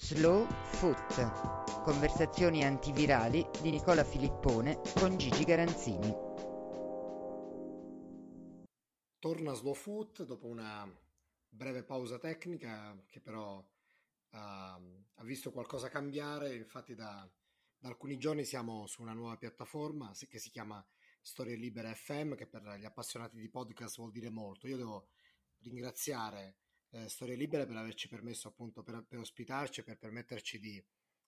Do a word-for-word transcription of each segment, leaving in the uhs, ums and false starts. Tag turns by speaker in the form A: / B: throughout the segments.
A: Slow Foot, conversazioni antivirali di Nicola Filippone con Gigi Garanzini.
B: Torna Slow Foot dopo una breve pausa tecnica che però ha, ha visto qualcosa cambiare. Infatti da, da alcuni giorni siamo su una nuova piattaforma che si chiama Storie Libere F M, che per gli appassionati di podcast vuol dire molto. Io devo ringraziare eh, Storie Libere per averci permesso, appunto, per, per ospitarci e per permetterci di,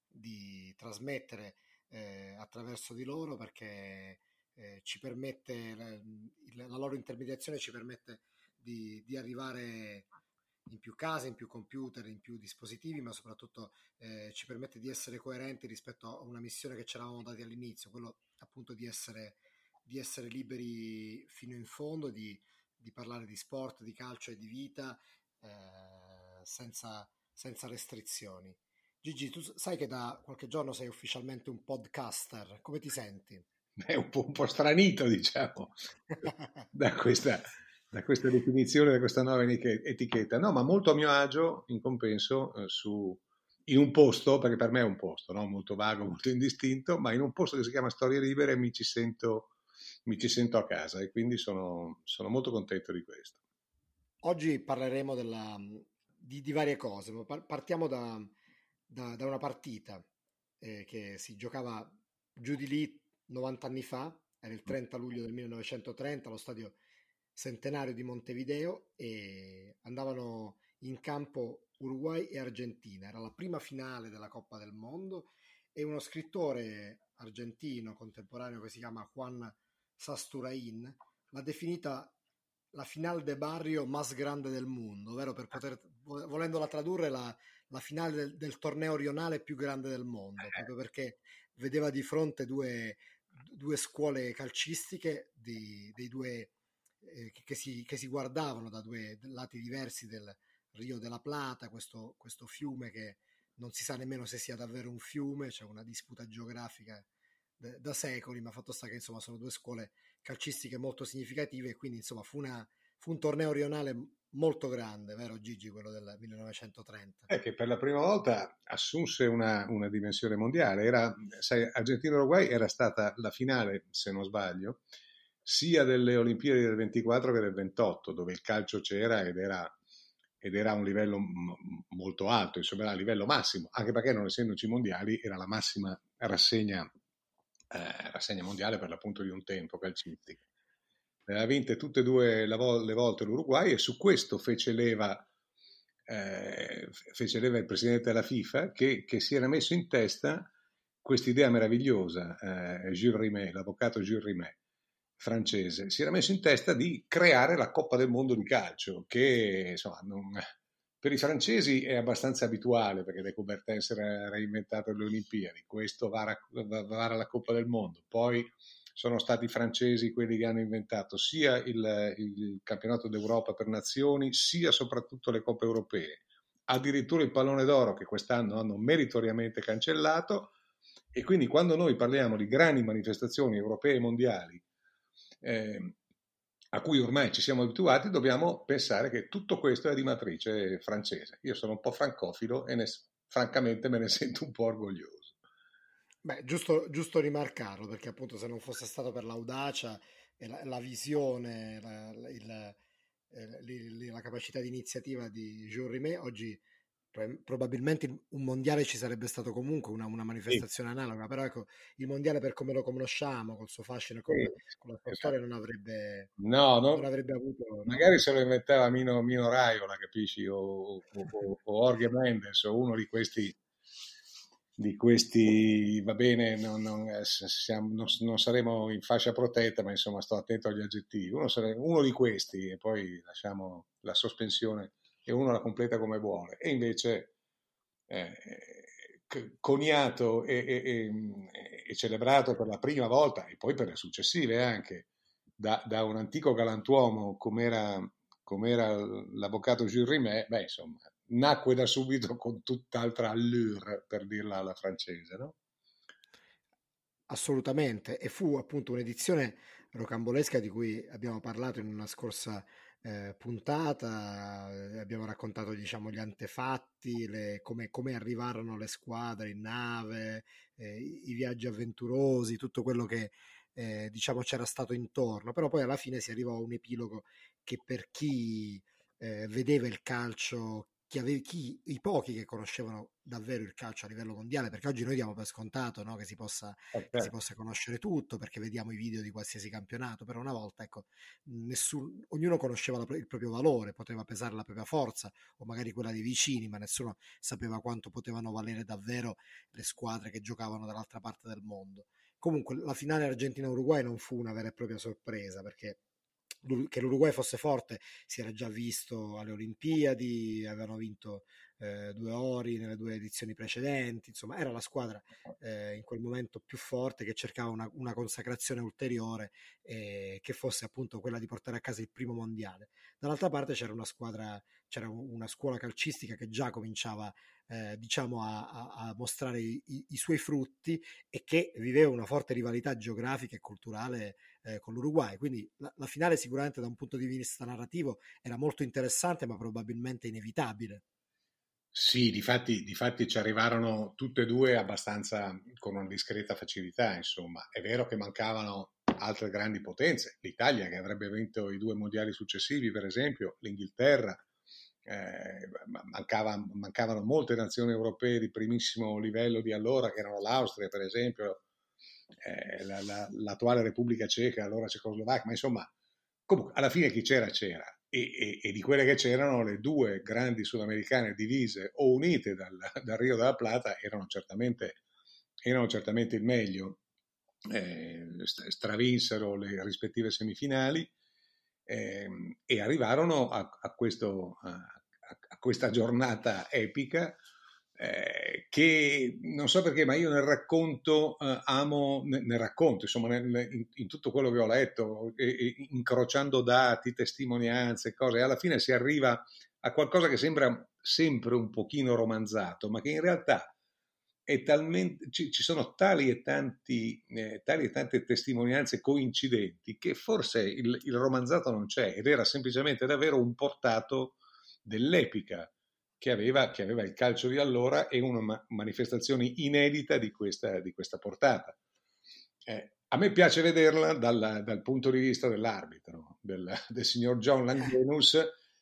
B: di trasmettere eh, attraverso di loro, perché eh, ci permette la, la loro intermediazione ci permette di, di arrivare in più case, in più computer, in più dispositivi, ma soprattutto eh, ci permette di essere coerenti rispetto a una missione che ci eravamo dati all'inizio, quello appunto di essere, di essere liberi fino in fondo, di, di parlare di sport, di calcio e di vita eh, senza, senza restrizioni. Gigi, tu sai che da qualche giorno sei ufficialmente un podcaster, come ti senti?
C: È un po', un po' stranito, diciamo, da questa, da questa definizione, da questa nuova etichetta. No, ma molto a mio agio, in compenso, eh, su, in un posto, perché per me è un posto, no? Molto vago, molto indistinto, ma in un posto che si chiama Storie Libere mi ci sento, mi ci sento a casa e quindi sono, sono molto contento di questo.
B: Oggi parleremo della, di, di varie cose. Partiamo da, da, da una partita eh, che si giocava giù di lì novanta anni fa, era il trenta luglio del millenovecentotrenta allo stadio Centenario di Montevideo, e andavano in campo Uruguay e Argentina. Era la prima finale della Coppa del Mondo e uno scrittore argentino contemporaneo che si chiama Juan Sasturain l'ha definita la final de barrio más grande del mondo, ovvero, per poter, volendola tradurre, la, la finale del, del torneo rionale più grande del mondo, proprio perché vedeva di fronte due, due scuole calcistiche di, dei due eh, che, che, si, che si guardavano da due lati diversi del Rio della Plata, questo, questo fiume che non si sa nemmeno se sia davvero un fiume, c'è una disputa geografica de, da secoli, ma fatto sta che insomma sono due scuole calcistiche molto significative, e quindi insomma fu, una, fu un torneo rionale molto grande, vero Gigi, quello del millenovecentotrenta?
C: È che per la prima volta assunse una, una dimensione mondiale. Era, sai, Argentina-Uruguay era stata la finale, se non sbaglio, sia delle Olimpiadi del ventiquattro che del ventotto, dove il calcio c'era ed era, ed era a un livello m- molto alto, insomma era a livello massimo, anche perché non essendoci mondiali era la massima rassegna, eh, rassegna mondiale per l'appunto di un tempo calcistica. Le ha vinte tutte e due la vo- le volte l'Uruguay, e su questo fece leva, eh, fece leva il presidente della FIFA, che, che si era messo in testa quest'idea meravigliosa, eh, Jules Rimet, l'avvocato Jules Rimet, francese, si era messo in testa di creare la Coppa del Mondo di calcio, che insomma non, per i francesi è abbastanza abituale, perché De Coubertin si era reinventato le Olimpiadi, questo vara, vara la Coppa del Mondo, poi sono stati i francesi quelli che hanno inventato sia il, il campionato d'Europa per nazioni, sia soprattutto le coppe europee, addirittura il pallone d'oro che quest'anno hanno meritoriamente cancellato. E quindi quando noi parliamo di grandi manifestazioni europee e mondiali eh, a cui ormai ci siamo abituati, dobbiamo pensare che tutto questo è di matrice francese. Io sono un po' francofilo e ne, francamente me ne sento un po' orgoglioso.
B: Beh, giusto, giusto rimarcarlo, perché appunto se non fosse stato per l'audacia e la, la visione, la, la, il, eh, la capacità di iniziativa di Jules Rimet, oggi probabilmente un mondiale ci sarebbe stato comunque, una, una
C: Sì,
B: manifestazione analoga, però ecco, il mondiale per come lo conosciamo, col suo fascino e con,
C: sì,
B: con la sua
C: esatto.
B: storia, non avrebbe,
C: No,
B: non
C: no,
B: avrebbe avuto, no?
C: magari se lo inventava Mino, Mino Raiola, capisci, o, o, o, o Jorge Mendes, o uno di questi, di questi, va bene, non, non, eh, siamo, non, non saremo in fascia protetta, ma insomma sto attento agli aggettivi, uno, sare- uno di questi, e poi lasciamo la sospensione e uno la completa come vuole, e invece eh, c- coniato e, e- e- e celebrato per la prima volta, e poi per le successive anche, da, da un antico galantuomo come era, come era l'avvocato Jules Rimet, beh, insomma, nacque da subito con tutt'altra allure, per dirla alla francese, no?
B: Assolutamente, e fu appunto un'edizione rocambolesca di cui abbiamo parlato in una scorsa eh, puntata, eh, abbiamo raccontato diciamo gli antefatti, le- come, come arrivarono le squadre in nave, eh, i, i viaggi avventurosi, tutto quello che eh, diciamo c'era stato intorno, però poi alla fine si arrivò a un epilogo che per chi eh, vedeva il calcio, chi ave- chi- i pochi che conoscevano davvero il calcio a livello mondiale, perché oggi noi diamo per scontato, no, che si possa,
C: Eh,
B: che si
C: certo.
B: possa conoscere tutto, perché vediamo i video di qualsiasi campionato, però una volta, ecco, nessun, ognuno conosceva la- il proprio valore, poteva pesare la propria forza o magari quella dei vicini, ma nessuno sapeva quanto potevano valere davvero le squadre che giocavano dall'altra parte del mondo. Comunque la finale Argentina-Uruguay non fu una vera e propria sorpresa, perché che l'Uruguay fosse forte si era già visto alle Olimpiadi, avevano vinto eh, due ori nelle due edizioni precedenti, insomma era la squadra eh, in quel momento più forte, che cercava una, una consacrazione ulteriore, eh, che fosse appunto quella di portare a casa il primo mondiale. Dall'altra parte c'era una squadra, c'era una scuola calcistica che già cominciava eh, diciamo a, a, a mostrare i, i, i suoi frutti, e che viveva una forte rivalità geografica e culturale eh, con l'Uruguay. Quindi la, la finale sicuramente da un punto di vista narrativo era molto interessante, ma probabilmente inevitabile.
C: Sì, difatti, difatti ci arrivarono tutte e due abbastanza con una discreta facilità, insomma. È vero che mancavano altre grandi potenze, l'Italia che avrebbe vinto i due mondiali successivi, per esempio, l'Inghilterra, eh, mancava, mancavano molte nazioni europee di primissimo livello di allora, che erano l'Austria, per esempio, eh, la, la, l'attuale Repubblica Ceca, allora Cecoslovacchia, ma insomma, comunque alla fine chi c'era c'era. E, e, e, di quelle che c'erano, le due grandi sudamericane divise o unite dal, dal Rio della Plata erano certamente, erano certamente il meglio. Eh, stravinsero le rispettive semifinali, eh, e arrivarono a, a, questo, a, a, questa giornata epica, eh, che non so perché, ma io nel racconto eh, amo, nel, nel racconto, insomma, nel, in, in, tutto quello che ho letto, e, e, incrociando dati, testimonianze, cose, alla fine si arriva a qualcosa che sembra sempre un pochino romanzato, ma che in realtà è talmente, ci, ci sono tali e, tanti, eh, tali e tante testimonianze coincidenti che forse il, il romanzato non c'è, ed era semplicemente davvero un portato dell'epica che aveva, che aveva il calcio di allora, e una ma- manifestazione inedita di questa, di questa portata. Eh, a me piace vederla dal, dal punto di vista dell'arbitro, del, del signor John Langenus,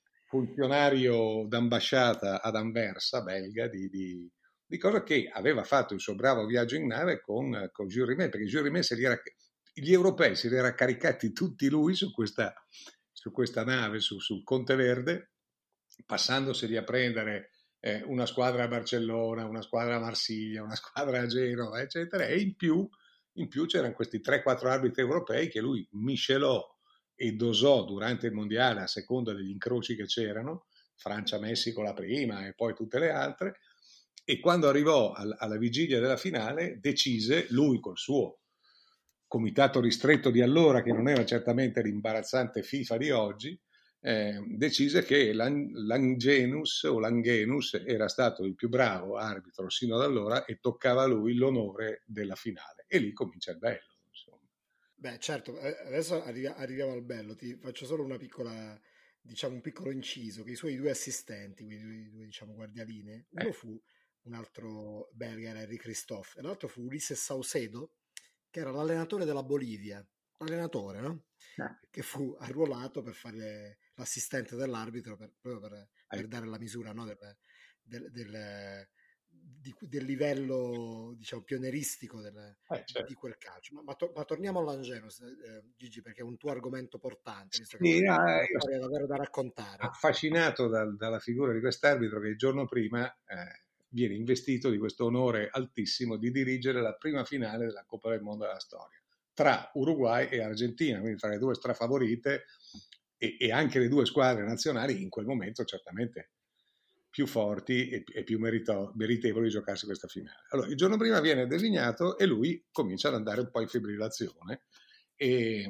C: funzionario d'ambasciata ad Anversa, belga, di, di, di cosa, che aveva fatto il suo bravo viaggio in nave con, con Jules Rimet, perché Jules Rimet se li era, gli europei si li era caricati tutti lui su questa, su questa nave, su, sul Conte Verde, passandoseli a prendere eh, una squadra a Barcellona, una squadra a Marsiglia, una squadra a Genova, eccetera, e in più, in più c'erano questi tre quattro arbitri europei che lui miscelò e dosò durante il mondiale a seconda degli incroci che c'erano, Francia-Messico la prima e poi tutte le altre, e quando arrivò al, alla vigilia della finale decise, lui col suo comitato ristretto di allora, che non era certamente l'imbarazzante FIFA di oggi, eh, decise che Langenus o Langenus era stato il più bravo arbitro sino ad allora e toccava a lui l'onore della finale. E lì comincia il bello, insomma.
B: Beh, certo, eh, adesso arri- arriviamo al bello, ti faccio solo una piccola, diciamo, un piccolo inciso, che i suoi due assistenti, quindi i due, diciamo, guardialine,
C: Eh,
B: uno fu un altro belga, era Henri Christophe, e l'altro fu Ulises Saucedo, che era l'allenatore della Bolivia, l'allenatore, no? Che fu arruolato per fare l'assistente dell'arbitro, per, proprio per, per dare la misura, no, del, del, del, di, del livello, diciamo, pionieristico del,
C: eh,
B: di,
C: certo.
B: di quel calcio. Ma, ma, to- ma torniamo all'Angelus, eh, Gigi, perché è un tuo argomento portante, visto che
C: Sì,
B: poi è
C: ah,
B: una
C: io
B: storia davvero da raccontare.
C: affascinato dal, dalla figura di quest'arbitro che il giorno prima eh, viene investito di questo onore altissimo di dirigere la prima finale della Coppa del Mondo della storia tra Uruguay e Argentina, quindi tra le due strafavorite, e, e anche le due squadre nazionali in quel momento certamente più forti e, e più merito, meritevoli di giocarsi questa finale. Allora, il giorno prima viene designato e lui comincia ad andare un po' in fibrillazione e,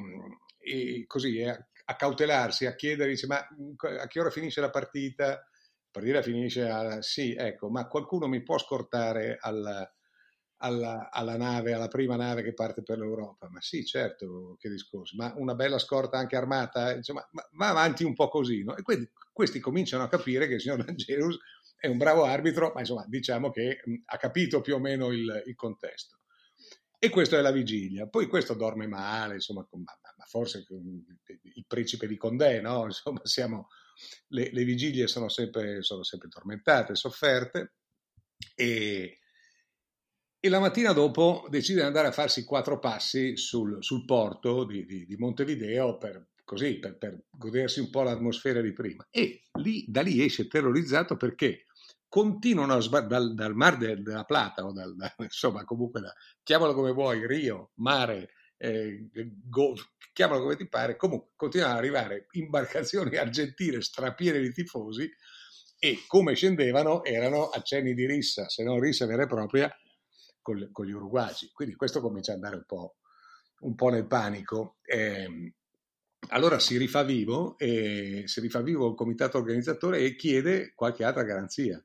C: e così a, a cautelarsi, a chiedere, dice, ma a che ora finisce la partita? La partita finisce a sì, ecco, ma qualcuno mi può scortare al, alla, alla nave, alla prima nave che parte per l'Europa. Ma sì, certo, che discorso, ma una bella scorta anche armata, insomma, va avanti un po' così, no? E quindi questi cominciano a capire che il signor Dangerous è un bravo arbitro, ma insomma diciamo che mh, ha capito più o meno il, il contesto. E questo è la vigilia. Poi questo dorme male, insomma, ma, ma forse il principe di Condé, no? Insomma, siamo, le, le vigilie sono sempre, sono sempre tormentate, sofferte, e, e la mattina dopo decide di andare a farsi quattro passi sul, sul porto di, di, di Montevideo per, così, per, per godersi un po' l'atmosfera di prima. E lì, da lì esce terrorizzato perché continuano a sbar- dal, dal Mar de, della Plata, o dal, da, insomma, comunque, da, chiamalo come vuoi, Rio, mare, eh, go, chiamalo come ti pare, comunque continuano ad arrivare imbarcazioni argentine strapiene di tifosi, e come scendevano erano accenni di rissa, se non rissa vera e propria, con, con gli uruguagi. Quindi questo comincia ad andare un po', un po' nel panico. Eh, allora si rifà vivo, e si rifà vivo il comitato organizzatore e chiede qualche altra garanzia.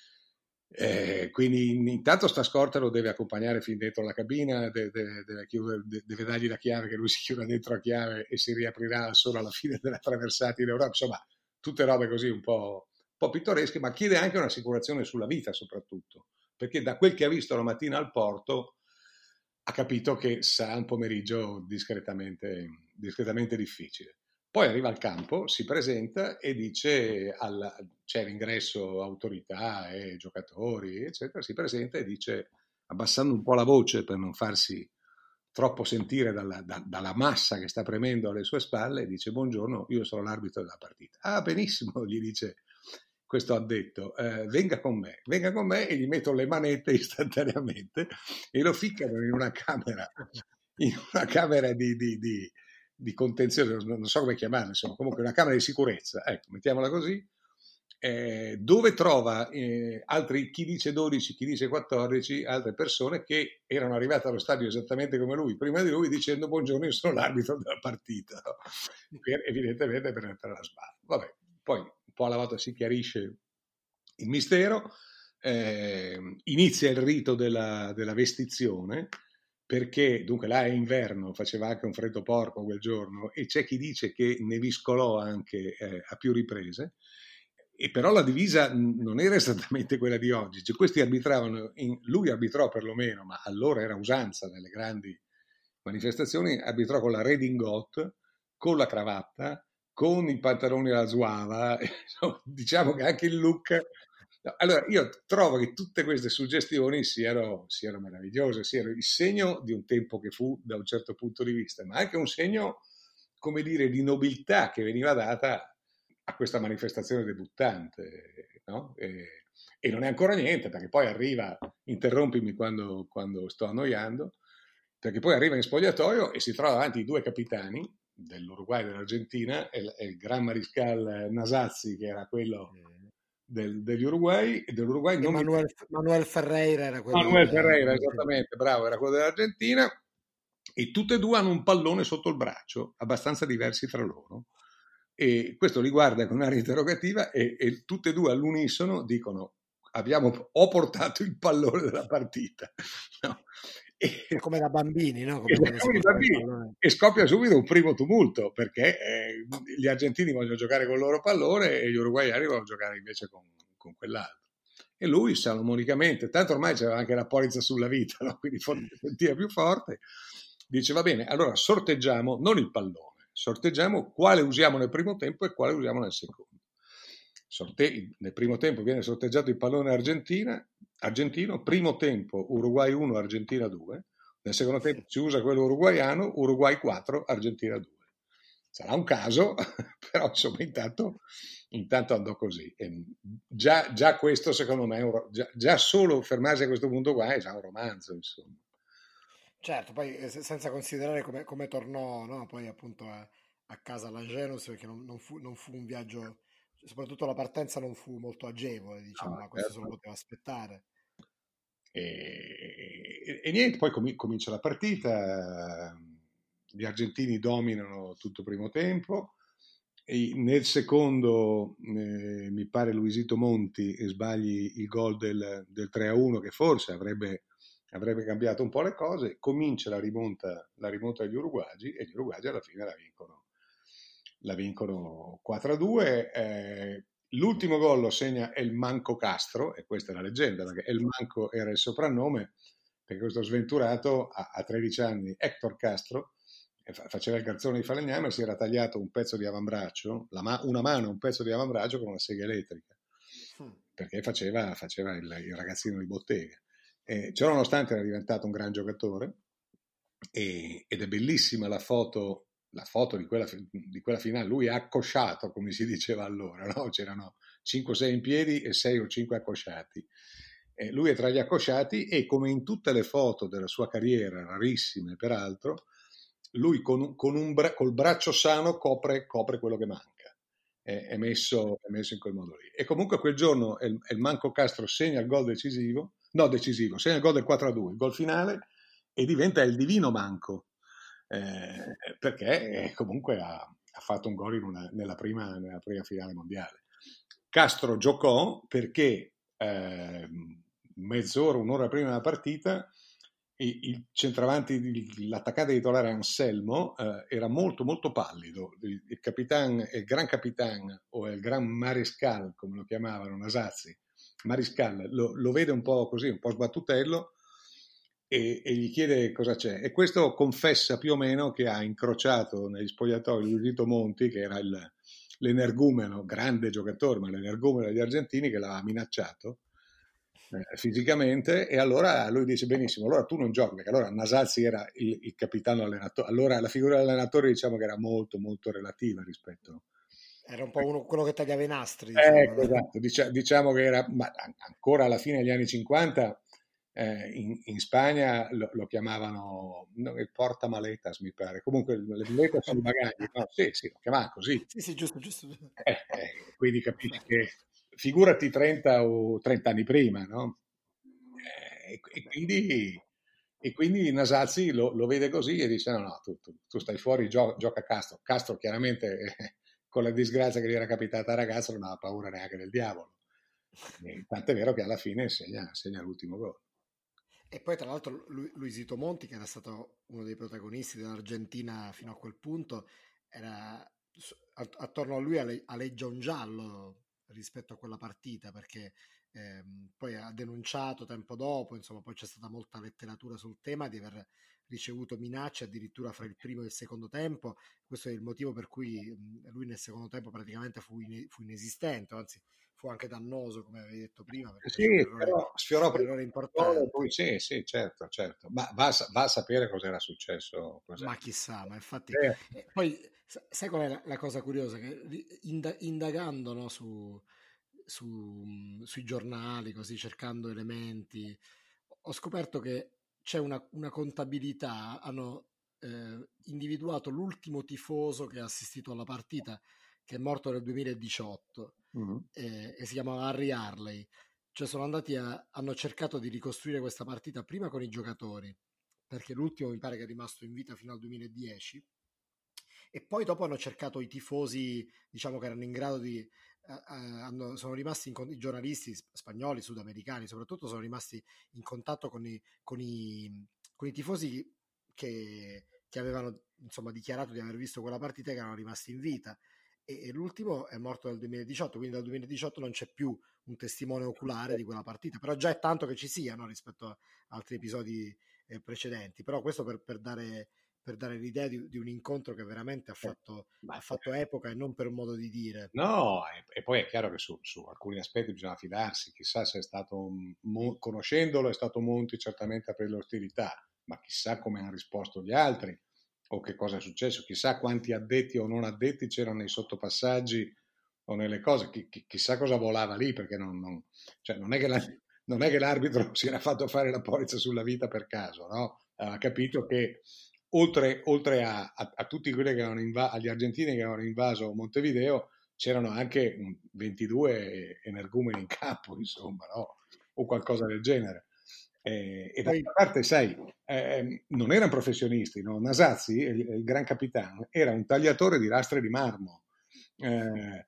C: Eh, quindi intanto sta scorta lo deve accompagnare fin dentro la cabina, deve, deve, chiudere, deve dargli la chiave, che lui si chiuda dentro a chiave e si riaprirà solo alla fine della traversata in Europa. Insomma, tutte robe così un po', un po' pittoresche, ma chiede anche un'assicurazione sulla vita soprattutto, perché da quel che ha visto la mattina al porto ha capito che sarà un pomeriggio discretamente, discretamente difficile. Poi arriva al campo, si presenta e dice, alla, c'è l'ingresso autorità e giocatori, eccetera, si presenta e dice, abbassando un po' la voce per non farsi troppo sentire dalla, da, dalla massa che sta premendo alle sue spalle, dice: buongiorno, io sono l'arbitro della partita. Ah, benissimo, gli dice questo addetto, eh, venga con me, venga con me, e gli metto le manette istantaneamente e lo ficcano in una camera, in una camera di, di, di di contenzione, non so come chiamarla, insomma, comunque una camera di sicurezza, ecco, mettiamola così, eh, dove trova eh, altri, chi dice dodici, chi dice quattordici, altre persone che erano arrivate allo stadio esattamente come lui, prima di lui, dicendo: buongiorno, io sono l'arbitro della partita, no? Per, evidentemente per entrare alla sbarra. Vabbè, poi un po' alla volta si chiarisce il mistero, eh, inizia il rito della, della vestizione, perché dunque là è inverno, faceva anche un freddo porco quel giorno, e c'è chi dice che neviscolò anche eh, a più riprese, e però la divisa non era esattamente quella di oggi, cioè, questi arbitravano, in, lui arbitrò perlomeno, ma allora era usanza nelle grandi manifestazioni, arbitrò con la redingote, con la cravatta, con i pantaloni alla zuava, diciamo che anche il look. Allora, io trovo che tutte queste suggestioni siano, siano meravigliose, siano il segno di un tempo che fu da un certo punto di vista, ma anche un segno, come dire, di nobiltà che veniva data a questa manifestazione debuttante, no? E, e non è ancora niente, perché poi arriva, interrompimi quando, quando sto annoiando, perché poi arriva in spogliatoio e si trova davanti i due capitani dell'Uruguay e dell'Argentina, e il, e il gran mariscal Nasazzi, che era quello del, degli Uruguay, e dell'Uruguay non
B: Manuel,
C: mi...
B: Manuel Ferreira era quello
C: Manuel
B: del,
C: Ferreira, esattamente, bravo, era quello dell'Argentina, e tutte e due hanno un pallone sotto il braccio, abbastanza diversi tra loro, e questo li guarda con un'aria interrogativa, e, e tutte e due all'unisono dicono: abbiamo ho portato il pallone della partita, no? E,
B: come da bambini, no? Come
C: e,
B: quando si
C: bambini, e scoppia subito un primo tumulto, perché eh, gli argentini vogliono giocare con il loro pallone e gli uruguaiani vogliono giocare invece con, con quell'altro. E lui salomonicamente, tanto ormai c'era anche la polizza sulla vita, no? Quindi forse si sentiva più forte, dice: va bene, allora sorteggiamo non il pallone, sorteggiamo quale usiamo nel primo tempo e quale usiamo nel secondo. Sorte- nel primo tempo viene sorteggiato il pallone argentina, argentino, primo tempo Uruguay uno, Argentina due, nel secondo tempo si usa quello uruguaiano, Uruguay quattro, Argentina due. Sarà un caso, però insomma intanto, intanto andò così. E già, già questo secondo me, è un, già, già solo fermarsi a questo punto qua è già un romanzo, insomma.
B: Certo, poi eh, senza considerare come, come tornò, no? Poi appunto a, a casa all'Angelus, perché non, non, fu, non fu un viaggio, soprattutto la partenza non fu molto agevole, diciamo,
C: No,
B: ma questo se lo
C: certo.
B: poteva aspettare.
C: E, e, e niente, poi com- comincia la partita, gli argentini dominano tutto il primo tempo, e nel secondo eh, mi pare Luisito Monti sbagli il gol del, del tre a uno, che forse avrebbe, avrebbe cambiato un po' le cose. Comincia la rimonta, la rimonta degli uruguagi e gli uruguagi alla fine la vincono, la vincono quattro a due. Eh, l'ultimo gol lo segna El Manco Castro, e questa è la leggenda, perché El Manco era il soprannome, perché questo sventurato a, a tredici anni, Héctor Castro, faceva il garzone di falegname, si era tagliato un pezzo di avambraccio, la ma- una mano, un pezzo di avambraccio con una sega elettrica, perché faceva, faceva il, il ragazzino di bottega. Eh, ciò nonostante era diventato un gran giocatore, e, ed è bellissima la foto, la foto di quella, di quella finale. Lui è accosciato, come si diceva allora, no? C'erano cinque o sei in piedi e sei o cinque accosciati. Eh, lui è tra gli accosciati e, come in tutte le foto della sua carriera, rarissime peraltro, lui con, con un bra- col braccio sano copre, copre quello che manca. È, è, messo, è messo in quel modo lì. E comunque quel giorno il, il Manco Castro segna il gol decisivo, no decisivo, segna il gol del quattro a due, il gol finale, e diventa il divino Manco, eh, perché comunque ha, ha fatto un gol in una, nella, prima, nella prima finale mondiale. Castro giocò perché eh, mezz'ora, un'ora prima della partita, il centravanti, l'attaccante titolare Anselmo, eh, era molto molto pallido. Il, il capitan, il gran capitan, o il gran marescal, come lo chiamavano Nasazzi, marescal, lo, lo vede un po' così, un po' sbattutello, e, e gli chiede cosa c'è. E questo confessa più o meno che ha incrociato negli spogliatoi Luisito Monti, che era il, l'energumeno, grande giocatore, ma l'energumeno degli argentini, che l'aveva minacciato eh, fisicamente. E allora lui dice: benissimo, allora tu non giochi, perché allora Nasazzi era il, il capitano allenatore, allora la figura dell'allenatore, diciamo che era molto molto relativa rispetto,
B: era un po' uno, quello che tagliava i nastri, diciamo,
C: ecco, esatto. Dic- diciamo che era, ma ancora alla fine degli anni cinquanta, eh, in, in Spagna lo, lo chiamavano no, il portamaletas, mi pare. Comunque le maletas sono i bagagli, no? Sì, sì, lo chiamavano così.
B: Sì, sì, giusto, giusto.
C: Eh, eh, quindi capisci che, figurati trenta o trenta anni prima, no? Eh, e, e quindi, e quindi Nasazzi lo, lo vede così e dice: no, no, tu, tu, tu stai fuori, gio- gioca Castro. Castro chiaramente, eh, con la disgrazia che gli era capitata a ragazzo, non aveva paura neanche del diavolo. E tant'è vero che alla fine segna, segna l'ultimo gol.
B: E poi tra l'altro Lu- Luisito Monti, che era stato uno dei protagonisti dell'Argentina fino a quel punto, era attorno a lui ale- aleggia un giallo rispetto a quella partita, perché ehm, poi ha denunciato tempo dopo, insomma poi c'è stata molta letteratura sul tema di aver ricevuto minacce addirittura fra il primo e il secondo tempo. Questo è il motivo per cui mh, lui nel secondo tempo praticamente fu, in- fu inesistente, anzi fu anche dannoso, come avevi detto prima, perché fece un
C: Sì,
B: errore,
C: però sfiorò
B: un
C: prima
B: errore
C: il gol,
B: importante.
C: poi sì, sì, certo, certo. Ma va, a sa- va a sapere cosa era successo. Cos'è.
B: Ma chissà, ma infatti...
C: Eh,
B: eh, poi, sa- sai qual è la, la cosa curiosa? Che ri- inda- indagando, no, su, su, mh, sui giornali, così cercando elementi, ho scoperto che c'è una, una contabilità, hanno eh, individuato l'ultimo tifoso che ha assistito alla partita, che è morto nel duemiladiciotto,
C: mhm.
B: eh, e si chiama Harry Harley. Cioè sono andati a, hanno cercato di ricostruire questa partita prima con i giocatori, perché l'ultimo mi pare che è rimasto in vita fino al duemiladieci, e poi dopo hanno cercato i tifosi, diciamo, che erano in grado di... eh, eh, hanno- sono rimasti in con- i giornalisti spagnoli, sudamericani soprattutto, sono rimasti in contatto con i, con i, con i tifosi che, che avevano, insomma, dichiarato di aver visto quella partita e che erano rimasti in vita. E, e l'ultimo è morto nel duemiladiciotto, quindi dal duemiladiciotto non c'è più un testimone oculare di quella partita, però già è tanto che ci sia, no, rispetto a altri episodi eh, precedenti. Però questo per, per dare per dare l'idea di, di un incontro che veramente ha
C: Eh,
B: fatto,
C: ma
B: ha fatto epoca e non per un modo di dire.
C: no, e, e poi è chiaro che su, su alcuni aspetti bisogna fidarsi. Chissà se è stato, mo, conoscendolo, è stato Monti certamente a aprire l'ostilità, ma chissà come hanno risposto gli altri o che cosa è successo. Chissà quanti addetti o non addetti c'erano nei sottopassaggi o nelle cose. Chi, chi, chissà cosa volava lì, perché non, non, cioè non, è che la, non è che l'arbitro si era fatto fare la polizza sulla vita per caso, no? Ha capito che oltre, oltre a, a, a, tutti quelli che avevano invaso, agli argentini che avevano invaso Montevideo, c'erano anche ventidue energumeni in campo, insomma, no? O qualcosa del genere. Eh, e
B: Poi
C: d'altra parte, sai, eh, non erano professionisti, no? Nasazzi, il, il gran capitano, era un tagliatore di lastre di marmo. Eh,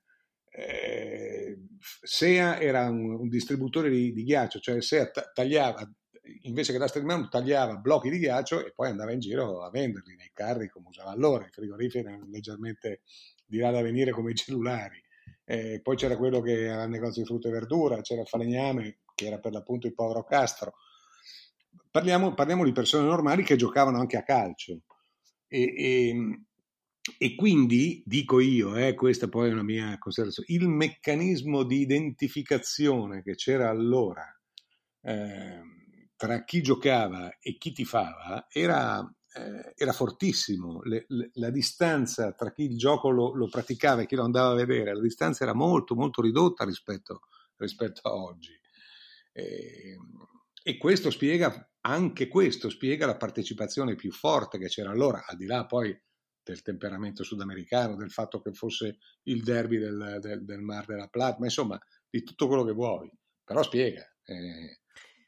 C: eh, Sea era un, un distributore di, di ghiaccio, cioè Sea tagliava invece che l'asta di Manu tagliava blocchi di ghiaccio e poi andava in giro a venderli nei carri come usava allora. I frigoriferi erano leggermente di là da venire come i cellulari. Eh, poi c'era quello che era il negozio di frutta e verdura, c'era il falegname che era per l'appunto il povero Castro. Parliamo, parliamo di persone normali che giocavano anche a calcio. E, e, e quindi, dico io, eh, questa poi è una mia considerazione, il meccanismo di identificazione che c'era allora eh, tra chi giocava e chi tifava era, eh, era fortissimo. Le, le, la distanza tra chi il gioco lo, lo praticava e chi lo andava a vedere, la distanza era molto molto ridotta rispetto, rispetto a oggi. E, e questo spiega, anche questo spiega la partecipazione più forte che c'era allora, al di là poi del temperamento sudamericano, del fatto che fosse il derby del, del, del Mar della Plata, ma insomma di tutto quello che vuoi, però spiega. Eh.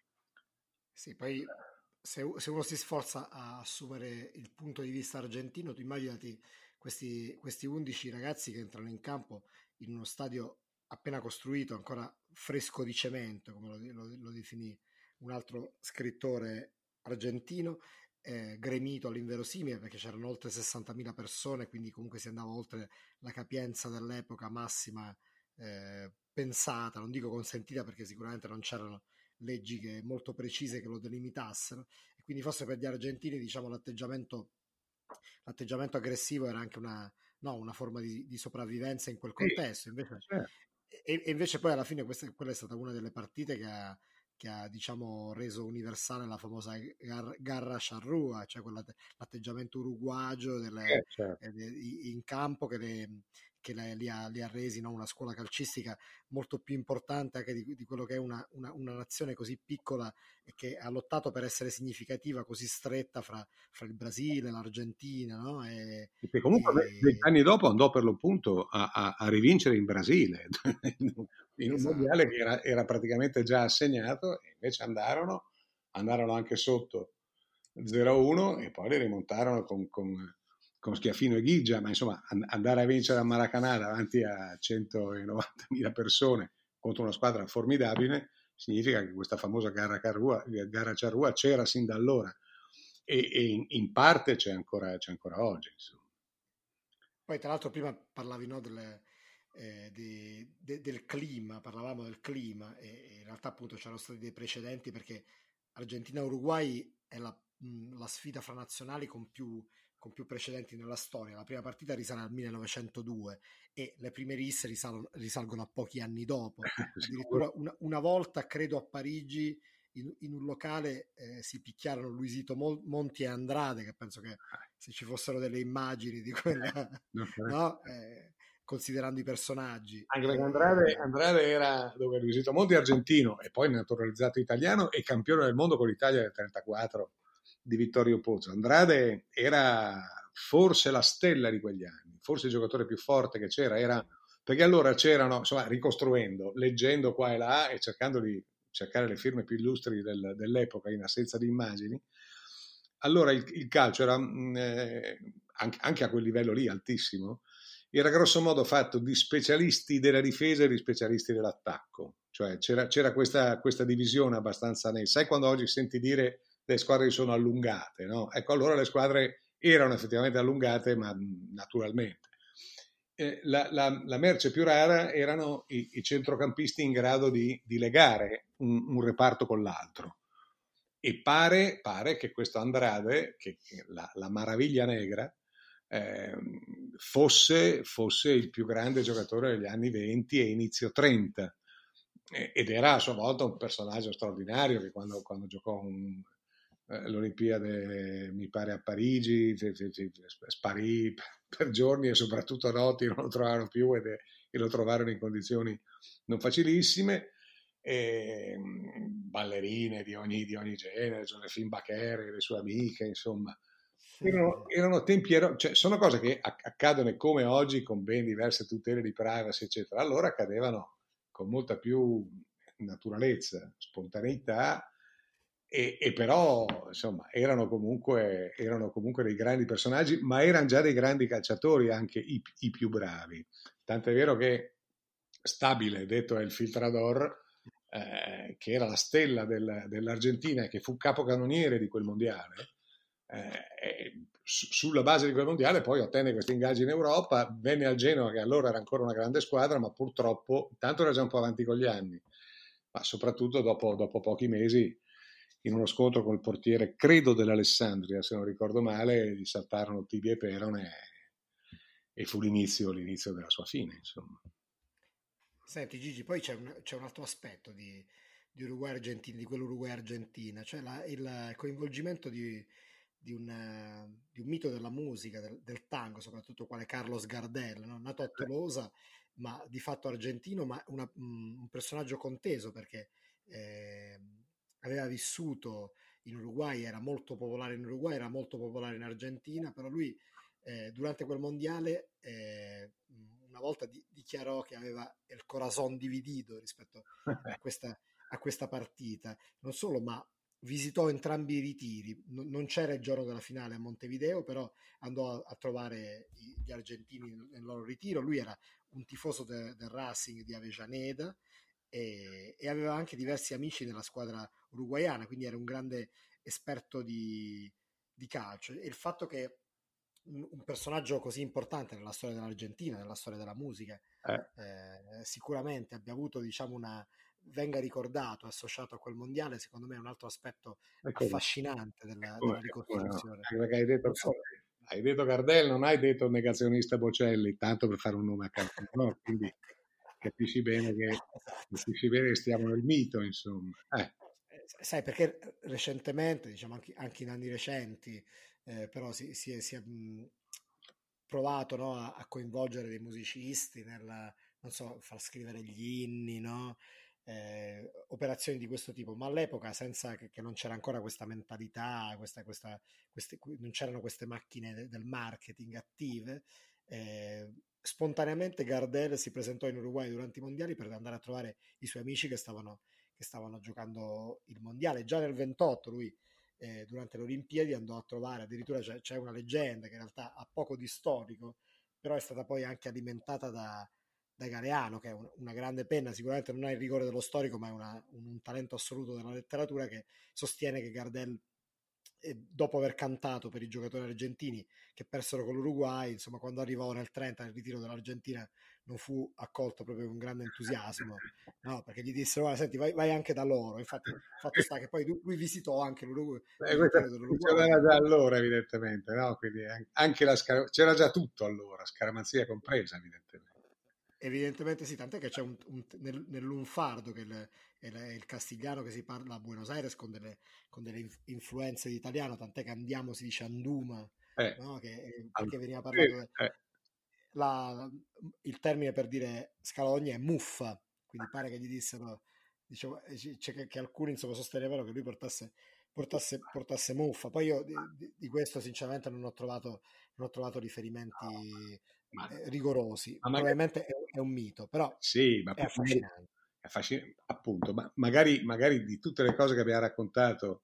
B: Sì, poi se, se uno si sforza a assumere il punto di vista argentino, tu immaginati questi, questi undici ragazzi che entrano in campo in uno stadio appena costruito, ancora fresco di cemento, come lo, lo, lo definì un altro scrittore argentino, eh, gremito all'inverosimile perché c'erano oltre sessantamila persone, quindi comunque si andava oltre la capienza dell'epoca massima eh, pensata, non dico consentita perché sicuramente non c'erano leggi che, molto precise che lo delimitassero, e quindi forse per gli argentini diciamo l'atteggiamento, l'atteggiamento aggressivo era anche una, no, una forma di, di sopravvivenza in quel contesto. Invece, e, e invece poi alla fine questa, quella è stata una delle partite che ha che ha diciamo reso universale la famosa gar- garra charrua, cioè l'atteggiamento uruguagio delle,
C: eh, certo.
B: eh, de, in campo che, le, che le, li, ha, li ha resi, no? Una scuola calcistica molto più importante anche di, di quello che è una, una, una nazione così piccola e che ha lottato per essere significativa, così stretta fra, fra il Brasile, l'Argentina, no? E,
C: e comunque
B: e...
C: venti anni dopo andò per l'appunto a, a, a rivincere in Brasile in un
B: esatto.
C: mondiale che era, era praticamente già assegnato, e invece andarono, andarono anche sotto zero a uno e poi li rimontarono con, con, con Schiaffino e Ghigia, ma insomma andare a vincere a Maracanã davanti a centonovantamila persone contro una squadra formidabile significa che questa famosa gara Charrua, gara Charrua c'era sin da allora e, e in, in parte c'è ancora, c'è ancora oggi, insomma.
B: Poi tra l'altro prima parlavi, no, delle, eh, di, de, del clima, parlavamo del clima e, e in realtà appunto c'erano stati dei precedenti perché Argentina-Uruguay è la, mh, la sfida fra nazionali con più, con più precedenti nella storia. La prima partita risale al millenovecentodue e le prime risse risalgono, risalgono a pochi anni dopo. Addirittura una, una volta, credo a Parigi, in, in un locale eh, si picchiarono Luisito Monti e Andrade, che penso che se ci fossero delle immagini di quella, no? Eh, considerando i personaggi.
C: Anche perché Andrade, Andrade era dove Luisito Monti è argentino e poi naturalizzato italiano e campione del mondo con l'Italia del trentaquattro di Vittorio Pozzo. Andrade era forse la stella di quegli anni, forse il giocatore più forte che c'era, era perché allora c'erano, insomma, ricostruendo, leggendo qua e là e cercando di cercare le firme più illustri del, dell'epoca in assenza di immagini. Allora il, il calcio era eh, anche, anche a quel livello lì altissimo, era grosso modo fatto di specialisti della difesa e di specialisti dell'attacco, cioè c'era, c'era questa, questa divisione abbastanza netta. Sai quando oggi senti dire le squadre sono allungate, no? Ecco, allora le squadre erano effettivamente allungate, ma naturalmente. Eh, la, la, la merce più rara erano i, i centrocampisti in grado di, di legare un, un reparto con l'altro. E pare, pare che questo Andrade, che, che la, la maraviglia negra, eh, fosse, fosse il più grande giocatore degli anni venti e inizio trenta. Eh, ed era a sua volta un personaggio straordinario che quando, quando giocò un, eh, l'Olimpiade, mi pare a Parigi, sparì per giorni e soprattutto notti, non lo trovarono più ed, e lo trovarono in condizioni non facilissime. E, ballerine di ogni, di ogni genere, Josephine Baker e le sue amiche, insomma. Erano, erano tempi, cioè, sono cose che accadono come oggi con ben diverse tutele di privacy, eccetera. Allora accadevano con molta più naturalezza, spontaneità, e, e però, insomma, erano comunque, erano comunque dei grandi personaggi, ma erano già dei grandi calciatori, anche i, i più bravi. Tant'è vero che Stabile, detto è il Filtrador, eh, che era la stella del, dell'Argentina e che fu capocannoniere di quel mondiale, eh, su, sulla base di quel mondiale poi ottenne questi ingaggi in Europa, venne al Genoa che allora era ancora una grande squadra, ma purtroppo tanto era già un po' avanti con gli anni, ma soprattutto dopo, dopo pochi mesi in uno scontro col portiere, credo dell'Alessandria, se non ricordo male, gli saltarono tibia e perone e fu l'inizio, l'inizio della sua fine, insomma.
B: Senti Gigi, poi c'è un, c'è un altro aspetto di, di Uruguay-Argentina, di quell'Uruguay-Argentina, cioè la- il coinvolgimento di, di un, eh, di un mito della musica, del, del tango, soprattutto quale Carlos Gardel, no? Nato a Tolosa, ma di fatto argentino, ma una- un un personaggio conteso perché eh, aveva vissuto in Uruguay, era molto popolare in Uruguay, era molto popolare in Argentina, però lui eh, durante quel mondiale eh, una volta di- dichiarò che aveva il corazon dividido rispetto a questa, a questa partita. Non solo, ma visitò entrambi i ritiri. Non non c'era il giorno della finale a Montevideo, però andò a, a trovare i- gli argentini nel, nel loro ritiro. Lui era un tifoso de- del Racing di Avellaneda e, e aveva anche diversi amici nella squadra uruguaiana, quindi era un grande esperto di, di calcio. E il fatto che un, un personaggio così importante nella storia dell'Argentina, nella storia della musica,
C: Eh,
B: eh, sicuramente abbia avuto, diciamo, una venga ricordato, associato a quel mondiale, secondo me è un altro aspetto
C: e come,
B: affascinante
C: e
B: della,
C: come,
B: della
C: e come no?
B: ricostruzione.
C: Anche perché hai detto
B: Non solo,
C: Gardel, hai detto Gardel, non hai detto il negazionista Bocelli, tanto per fare un nome a caso, no? Quindi capisci bene che,
B: esatto.
C: capisci bene che stiamo nel mito, insomma. Eh,
B: Eh, Sai, perché recentemente, diciamo anche, anche in anni recenti, eh, però si, si è, si è, mh, provato, no, a, a coinvolgere dei musicisti nel, non so, far scrivere gli inni, no? Eh, operazioni di questo tipo, ma all'epoca senza che, che non c'era ancora questa mentalità, questa, questa, queste, non c'erano queste macchine de- del marketing attive, eh, spontaneamente Gardel si presentò in Uruguay durante i mondiali per andare a trovare i suoi amici che stavano, che stavano giocando il mondiale. Già nel ventotto lui eh, durante le Olimpiadi andò a trovare, addirittura c'è, c'è una leggenda che in realtà ha poco di storico, però è stata poi anche alimentata da, da Galeano, che è un, una grande penna, sicuramente non ha il rigore dello storico, ma è una, un, un talento assoluto della letteratura che sostiene che Gardel, eh, dopo aver cantato per i giocatori argentini che persero con l'Uruguay, insomma, quando arrivò nel trenta nel ritiro dell'Argentina, non fu accolto proprio con grande entusiasmo, no? Perché gli dissero: "Guarda, senti, vai, vai anche da loro." Infatti, fatto sta che poi lui visitò anche l'Uruguay,
C: eh,
B: il
C: questo
B: ritiro
C: funzionava
B: dell'Uruguay.
C: già allora, evidentemente, no? Quindi anche la scar- c'era già tutto allora, scaramanzia compresa, evidentemente.
B: Evidentemente sì, tant'è che c'è un, un- nel, nell'Unfardo, che è il, è il- è il castigliano che si parla a Buenos Aires con delle, con delle inf- influenze di italiano, tant'è che andiamo si dice anduma,
C: Eh,
B: no? Che-
C: allora,
B: perché veniva parlato de-
C: eh,
B: la- il termine per dire scalogna è muffa, quindi pare che gli dissero, dicevo, eh, c- c'è che, che alcuni insomma sostenevano che lui portasse, portasse, portasse muffa. Poi io di, di- di questo sinceramente non ho trovato, non ho trovato riferimenti
C: ma,
B: eh, rigorosi.
C: ma magari,
B: Probabilmente è, è un mito, però
C: sì, ma
B: è
C: poi magari,
B: affascinante.
C: è affascin- appunto, ma magari, magari di tutte le cose che abbiamo raccontato,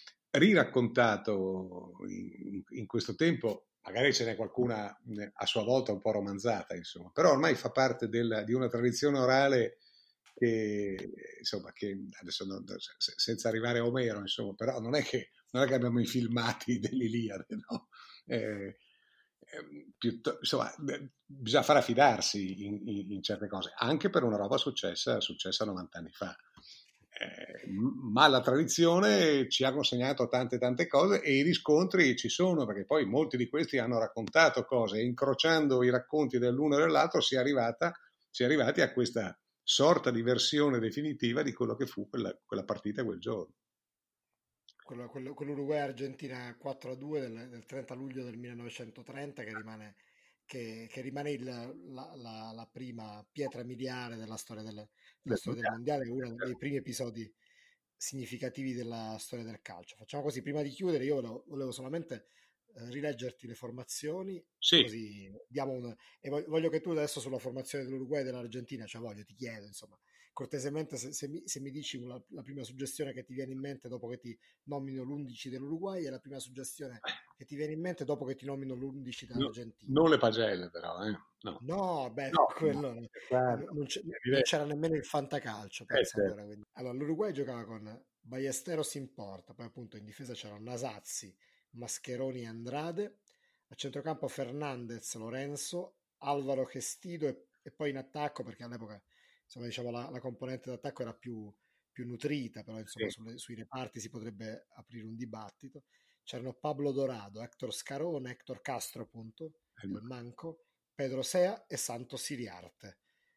C: riraccontato in, in questo tempo, magari ce n'è qualcuna eh, a sua volta un po' romanzata, insomma, però ormai fa parte del- di una tradizione orale che, insomma, che adesso non- se- senza arrivare a Omero, insomma, però non è che, non è che abbiamo i filmati dell'Iliade, no? Eh, ehm, piuttosto, insomma, beh, bisogna far affidarsi in, in- in certe cose, anche per una roba successa, successa novanta anni fa. Eh, ma la tradizione ci ha consegnato tante tante cose e i riscontri ci sono, perché poi molti di questi hanno raccontato cose e incrociando i racconti dell'uno e dell'altro si è arrivata, si è arrivati a questa sorta di versione definitiva di quello che fu quella, quella partita quel giorno.
B: Quello, quello, quell'Uruguay-Argentina quattro a due del, del trenta luglio del millenovecentotrenta che rimane, che, che rimane il- la, la- la prima pietra miliare della storia del, della
C: Del
B: storia del
C: mondiale.
B: mondiale, uno dei primi episodi significativi della storia del calcio. Facciamo così, prima di chiudere, io volevo, volevo solamente eh, rileggerti le formazioni,
C: Sì,
B: così diamo un... E voglio, voglio che tu adesso sulla formazione dell'Uruguay e dell'Argentina, cioè voglio, ti chiedo, insomma, cortesemente se, se, mi, se mi dici la, la prima suggestione che ti viene in mente dopo che ti nomino l'undici dell'Uruguay e la prima suggestione che ti viene in mente dopo che ti nomino l'undici
C: No,
B: dell'Argentina.
C: non le pagelle però, eh? No.
B: No, beh,
C: No,
B: quello no.
C: certo,
B: Non, c'è-
C: è
B: non
C: evidente.
B: c'era nemmeno il fantacalcio,
C: Eh,
B: pensa
C: certo.
B: allora. Quindi. Allora, l'Uruguay giocava con Ballesteros in porta, poi appunto in difesa c'erano Nasazzi, Mascheroni e Andrade, a centrocampo Fernandez, Lorenzo, Alvaro Gestido e, e poi in attacco, perché all'epoca insomma, diciamo, la, la componente d'attacco era più, più nutrita, però insomma
C: Sì.
B: sulle, sui reparti si potrebbe aprire un dibattito. C'erano Pablo Dorado, Héctor Scarone, Héctor Castro appunto,
C: Eh,
B: del Manco, Pedro Sea e Santos Siriarte.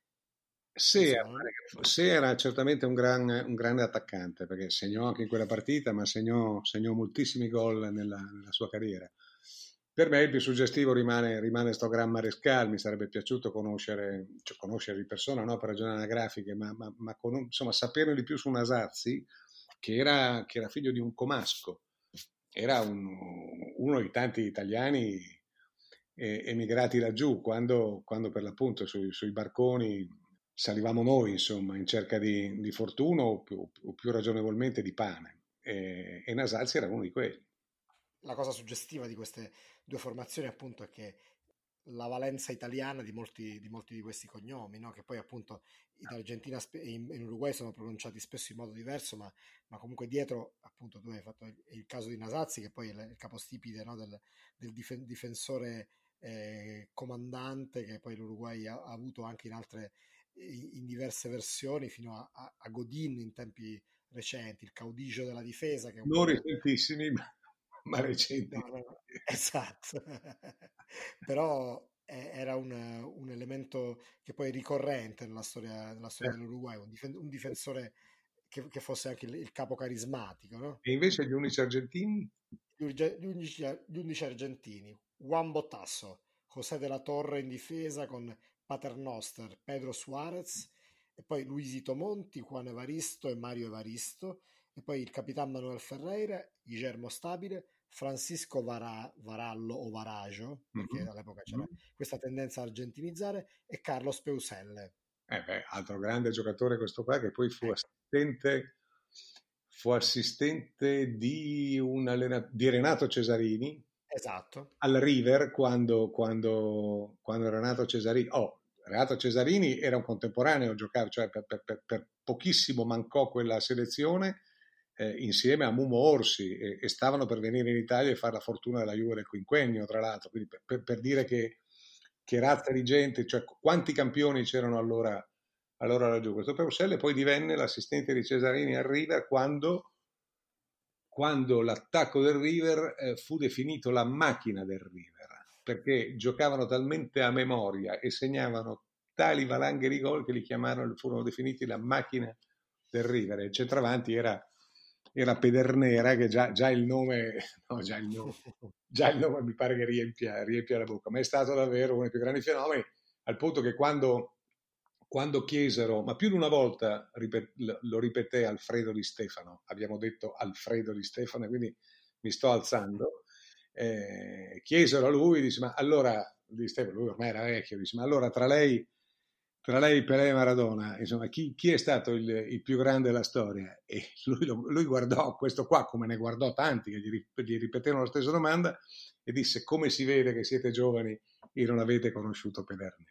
C: Se
B: Insomma,
C: era,
B: non...
C: se era certamente un, gran, un grande attaccante, perché segnò anche in quella partita, ma segnò, segnò moltissimi gol nella, nella sua carriera. Per me il più suggestivo rimane, rimane sto Gran Marescal, mi sarebbe piaciuto conoscere, cioè conoscere di persona, no, per ragioni anagrafiche, ma, ma, ma con, insomma, saperne di più su Nasazzi, che era, che era figlio di un comasco, era un, uno dei tanti italiani eh, emigrati laggiù, quando, quando per l'appunto sui, sui barconi salivamo noi, insomma, in cerca di, di fortuna o più, o più ragionevolmente di pane. E, e Nasazzi era uno di quelli.
B: La cosa suggestiva di queste due formazioni appunto è che la valenza italiana di molti di, molti di questi cognomi, no? Che poi appunto in Argentina e in, in Uruguay sono pronunciati spesso in modo diverso, ma, ma comunque dietro, appunto tu hai fatto il, il caso di Nasazzi, che poi è il, il capostipite, no? del, del difen- difensore eh, comandante, che poi l'Uruguay ha, ha avuto anche in altre, in diverse versioni, fino a, a, a Godin in tempi recenti, il caudillo della difesa, che è un
C: Non
B: po'...
C: recentissimi, ma, ma recenti.
B: No, no, no, esatto, però eh, era un, un elemento che poi è ricorrente nella storia, nella storia
C: Eh,
B: dell'Uruguay, un, difen- un difensore che, che fosse anche il, il capo carismatico, no?
C: E invece gli unici argentini?
B: Gli, urge- gli undici, gli undici argentini, Juan Botasso, José de la Torre in difesa con Paternoster, Pedro Suarez, e poi Luisito Monti, Juan Evaristo e Mario Evaristo, e poi il capitano Manuel Ferreira, Guillermo Stabile, Francisco Vara- Varallo o Varaggio, perché
C: Mhm.
B: all'epoca c'era
C: Mhm.
B: questa tendenza a argentinizzare, e Carlos Peuselle.
C: Eh beh, altro grande giocatore questo qua, che poi fu
B: Ecco,
C: assistente, fu assistente di, un allena- di Renato Cesarini
B: esatto.
C: al River quando, quando, quando Renato Cesarini... Oh, Renato Cesarini era un contemporaneo, giocava, cioè per, per- per- per pochissimo mancò quella selezione eh, insieme a Mumo Orsi e, e stavano per venire in Italia e fare la fortuna della Juve del quinquennio, tra l'altro, quindi per, per- per dire che, che razza di gente, cioè quanti campioni c'erano allora, allora laggiù. Questo Peruselli poi divenne l'assistente di Cesarini al River quando, quando l'attacco del River eh, fu definito la macchina del River, perché giocavano talmente a memoria e segnavano tali valanghe di gol che li chiamarono, furono definiti la macchina del River. Il centravanti era, era Pedernera, che già, già il nome, no, già il nome, già il nome mi pare che riempia, riempia la bocca, ma è stato davvero uno dei più grandi fenomeni, al punto che quando, quando chiesero, ma più di una volta ripet- lo ripeté Alfredo Di Stefano, abbiamo detto Alfredo Di Stefano, e quindi mi sto alzando, eh, chiesero a lui, dice, ma allora, Di Stefano, lui ormai era vecchio, dice, ma allora tra lei, tra lei Pelé e Maradona, insomma, chi, chi è stato il, il più grande della storia? E lui, lo- lui guardò questo qua, come ne guardò tanti che gli, ri- gli ripetevano la stessa domanda, e disse, come si vede che siete giovani e non avete conosciuto Pedernera?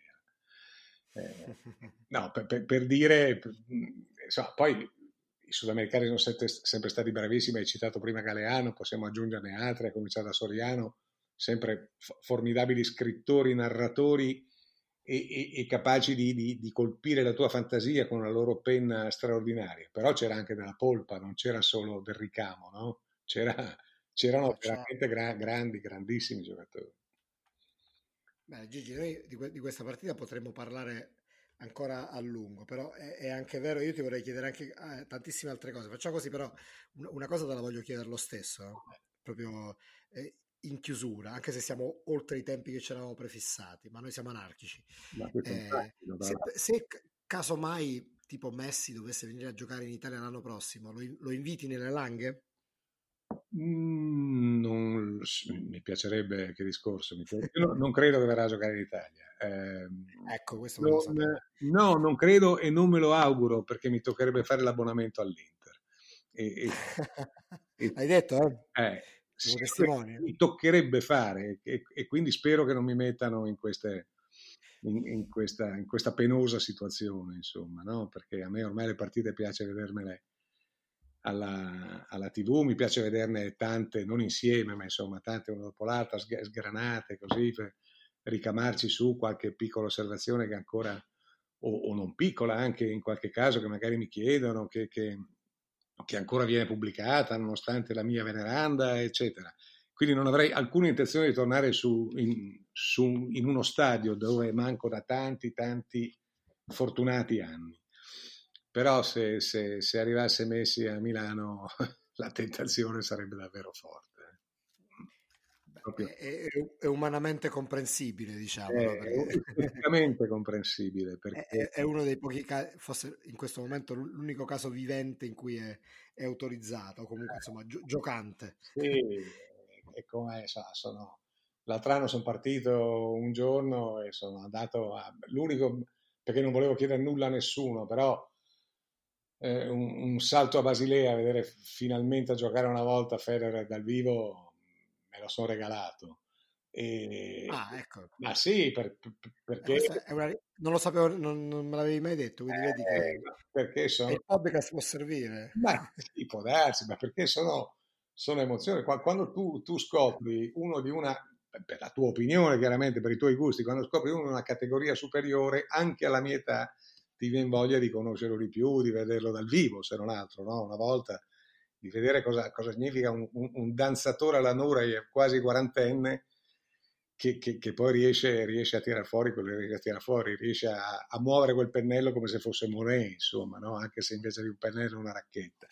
C: Eh, no, per, per- per dire, per- insomma, poi i sudamericani sono sempre, sempre stati bravissimi, hai citato prima Galeano, possiamo aggiungerne altri, a cominciare da Soriano, sempre f- formidabili scrittori, narratori e, e- e capaci di, di- di colpire la tua fantasia con la loro penna straordinaria. Però c'era anche della polpa, non c'era solo del ricamo, no? C'era- c'erano
B: Ah, cioè,
C: veramente gra- grandi, grandissimi giocatori.
B: beh, Gigi, noi di, que- di questa partita potremmo parlare ancora a lungo, però è, è anche vero, io ti vorrei chiedere anche eh, tantissime altre cose. Facciamo così, però un- una cosa te la voglio chiedere lo stesso, eh, proprio eh, in chiusura, anche se siamo oltre i tempi che ci eravamo prefissati, ma noi siamo anarchici.
C: Ma questo è un
B: Eh,
C: fascino, tra
B: se,
C: l'altro.
B: se c- casomai tipo Messi dovesse venire a giocare in Italia l'anno prossimo, lo, in- lo inviti nelle Langhe?
C: Mm, non, mi piacerebbe che discorso. Mi piacerebbe, io non credo che verrà a giocare in Italia. Eh,
B: Ecco, questo volevo
C: non,
B: sapere.
C: no, non credo e non me lo auguro perché mi toccherebbe fare l'abbonamento all'Inter. E, e, e,
B: Hai detto, eh?
C: eh,
B: Siamo
C: sì,
B: testimoni.
C: mi toccherebbe fare e, e quindi spero che non mi mettano in queste in, in, questa, in questa penosa situazione, insomma, no? Perché a me ormai le partite piace vedermele alla, alla tivù, mi piace vederne tante, non insieme, ma insomma tante una dopo l'altra, sgranate così, per ricamarci su qualche piccola osservazione che ancora, o, o non piccola anche in qualche caso, che magari mi chiedono, che, che, che ancora viene pubblicata nonostante la mia veneranda, eccetera. Quindi non avrei alcuna intenzione di tornare su, in, su, in uno stadio dove manco da tanti, tanti fortunati anni. Però se, se, se arrivasse Messi a Milano la tentazione sarebbe davvero forte. Proprio.
B: È, è, è umanamente comprensibile, diciamo, no?
C: È
B: Perché
C: esteticamente comprensibile
B: è,
C: perché
B: è uno dei pochi casi, forse in questo momento l'unico caso vivente in cui è, è autorizzato, o comunque insomma gio- giocante.
C: sì, è come sa, sono l'altro anno sono partito un giorno e sono andato a l'unico perché non volevo chiedere nulla a nessuno, però eh, un, un salto a Basilea, vedere finalmente a giocare una volta Federer dal vivo, me lo sono regalato. E,
B: Ah, ecco.
C: ma sì, per, per,
B: Eh,
C: perché,
B: questa è una, non lo sapevo, non, non me l'avevi mai detto, quindi vedi
C: eh,
B: che
C: perché
B: e
C: sono...
B: il podcast può servire.
C: Ma sì, può darsi, ma perché sono, sono emozioni. Qua- Quando tu, tu scopri uno di una, per la tua opinione chiaramente, per i tuoi gusti, quando scopri uno di una categoria superiore, anche alla mia età, ti viene voglia di conoscerlo di più, di vederlo dal vivo, se non altro, no? Una volta, di vedere cosa, cosa significa un, un, un danzatore alla Nura quasi quarantenne, che, che, che poi riesce, riesce a tirare fuori quello che riesce a tirare fuori, riesce a, a muovere quel pennello come se fosse Monet, insomma, no? Anche se invece di un pennello è una racchetta.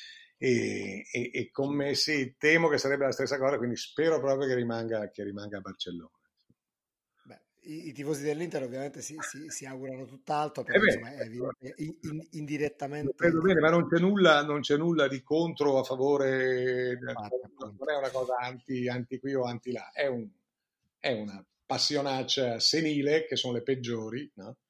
C: E, e, e con me sì, temo che sarebbe la stessa cosa, quindi spero proprio che rimanga, che rimanga a Barcellona.
B: Beh, i, i tifosi dell'Inter ovviamente si, si- si augurano tutt'altro,
C: E
B: però
C: beh,
B: insomma è evidente che in- in-
C: lo
B: indirettamente
C: credo bene, ma non c'è nulla, non c'è nulla di contro o a favore,
B: infatti,
C: non
B: appunto.
C: è una cosa anti, anti qui o anti là, è, un, è una passionaccia senile, che sono le peggiori, no?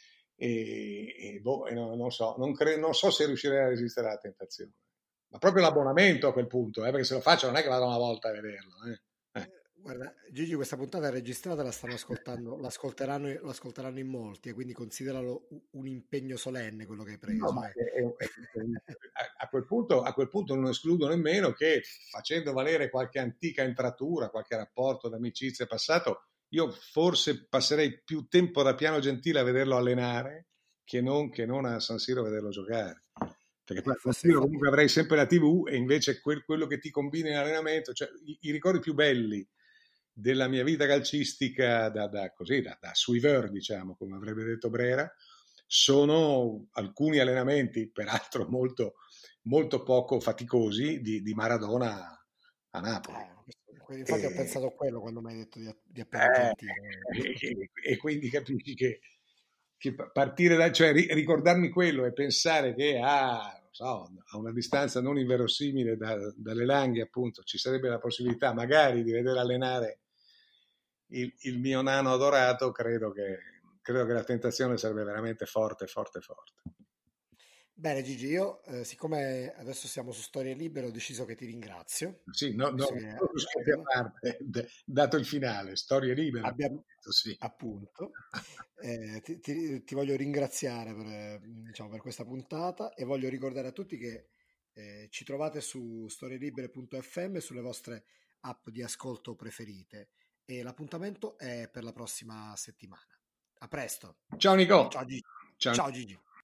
C: E, e boh, e no, non so, non, cre- non so se riuscirei a resistere alla tentazione. Ma proprio l'abbonamento a quel punto, eh, perché se lo faccio non è che vado una volta a vederlo. Eh. Eh.
B: Guarda, Gigi, questa puntata è registrata, la stanno ascoltando, l'ascolteranno, l'ascolteranno in molti e quindi consideralo u- un impegno solenne quello che hai
C: No,
B: preso.
C: ma
B: Eh.
C: è- è- a, a quel punto, a quel punto non escludo nemmeno che facendo valere qualche antica entratura, qualche rapporto d'amicizia passato, io forse passerei più tempo da Piano Gentile a vederlo allenare che non, che non a San Siro a vederlo giocare. Perché poi
B: Eh,
C: a San
B: forse
C: Siro
B: infatti,
C: comunque avrei sempre la tivù e invece quel- quello che ti combina in allenamento, cioè i, i ricordi più belli della mia vita calcistica da, da, così, da, da suiveur, diciamo, come avrebbe detto Brera, sono alcuni allenamenti, peraltro molto, molto poco faticosi, di, di Maradona a Napoli.
B: eh, questo- infatti ho
C: E,
B: pensato a quello quando mi hai detto di, di Appiano
C: eh,
B: Gentile.
C: e, e quindi capisci che, che partire da, cioè ri- ricordarmi quello e pensare che a, non so, a una distanza non inverosimile da, dalle Langhe, appunto, ci sarebbe la possibilità magari di vedere allenare il, il mio nano adorato, credo che, credo che la tentazione sarebbe veramente forte, forte, forte.
B: Bene Gigi, io eh, siccome adesso siamo su Storie Libere ho deciso che ti ringrazio,
C: Sì, no, no,
B: visto che
C: proprio scherzi a
B: abbiamo,
C: parte, d- dato il finale, storia libera,
B: abbiamo
C: sì.
B: appunto, eh, ti, ti- ti voglio ringraziare per, eh, diciamo, per questa puntata e voglio ricordare a tutti che eh, ci trovate su storielibere punto effe emme sulle vostre app di ascolto preferite e l'appuntamento è per la prossima settimana. A presto.
C: Ciao Nico.
B: Ciao Gigi.
C: Ciao.
B: Ciao Gigi.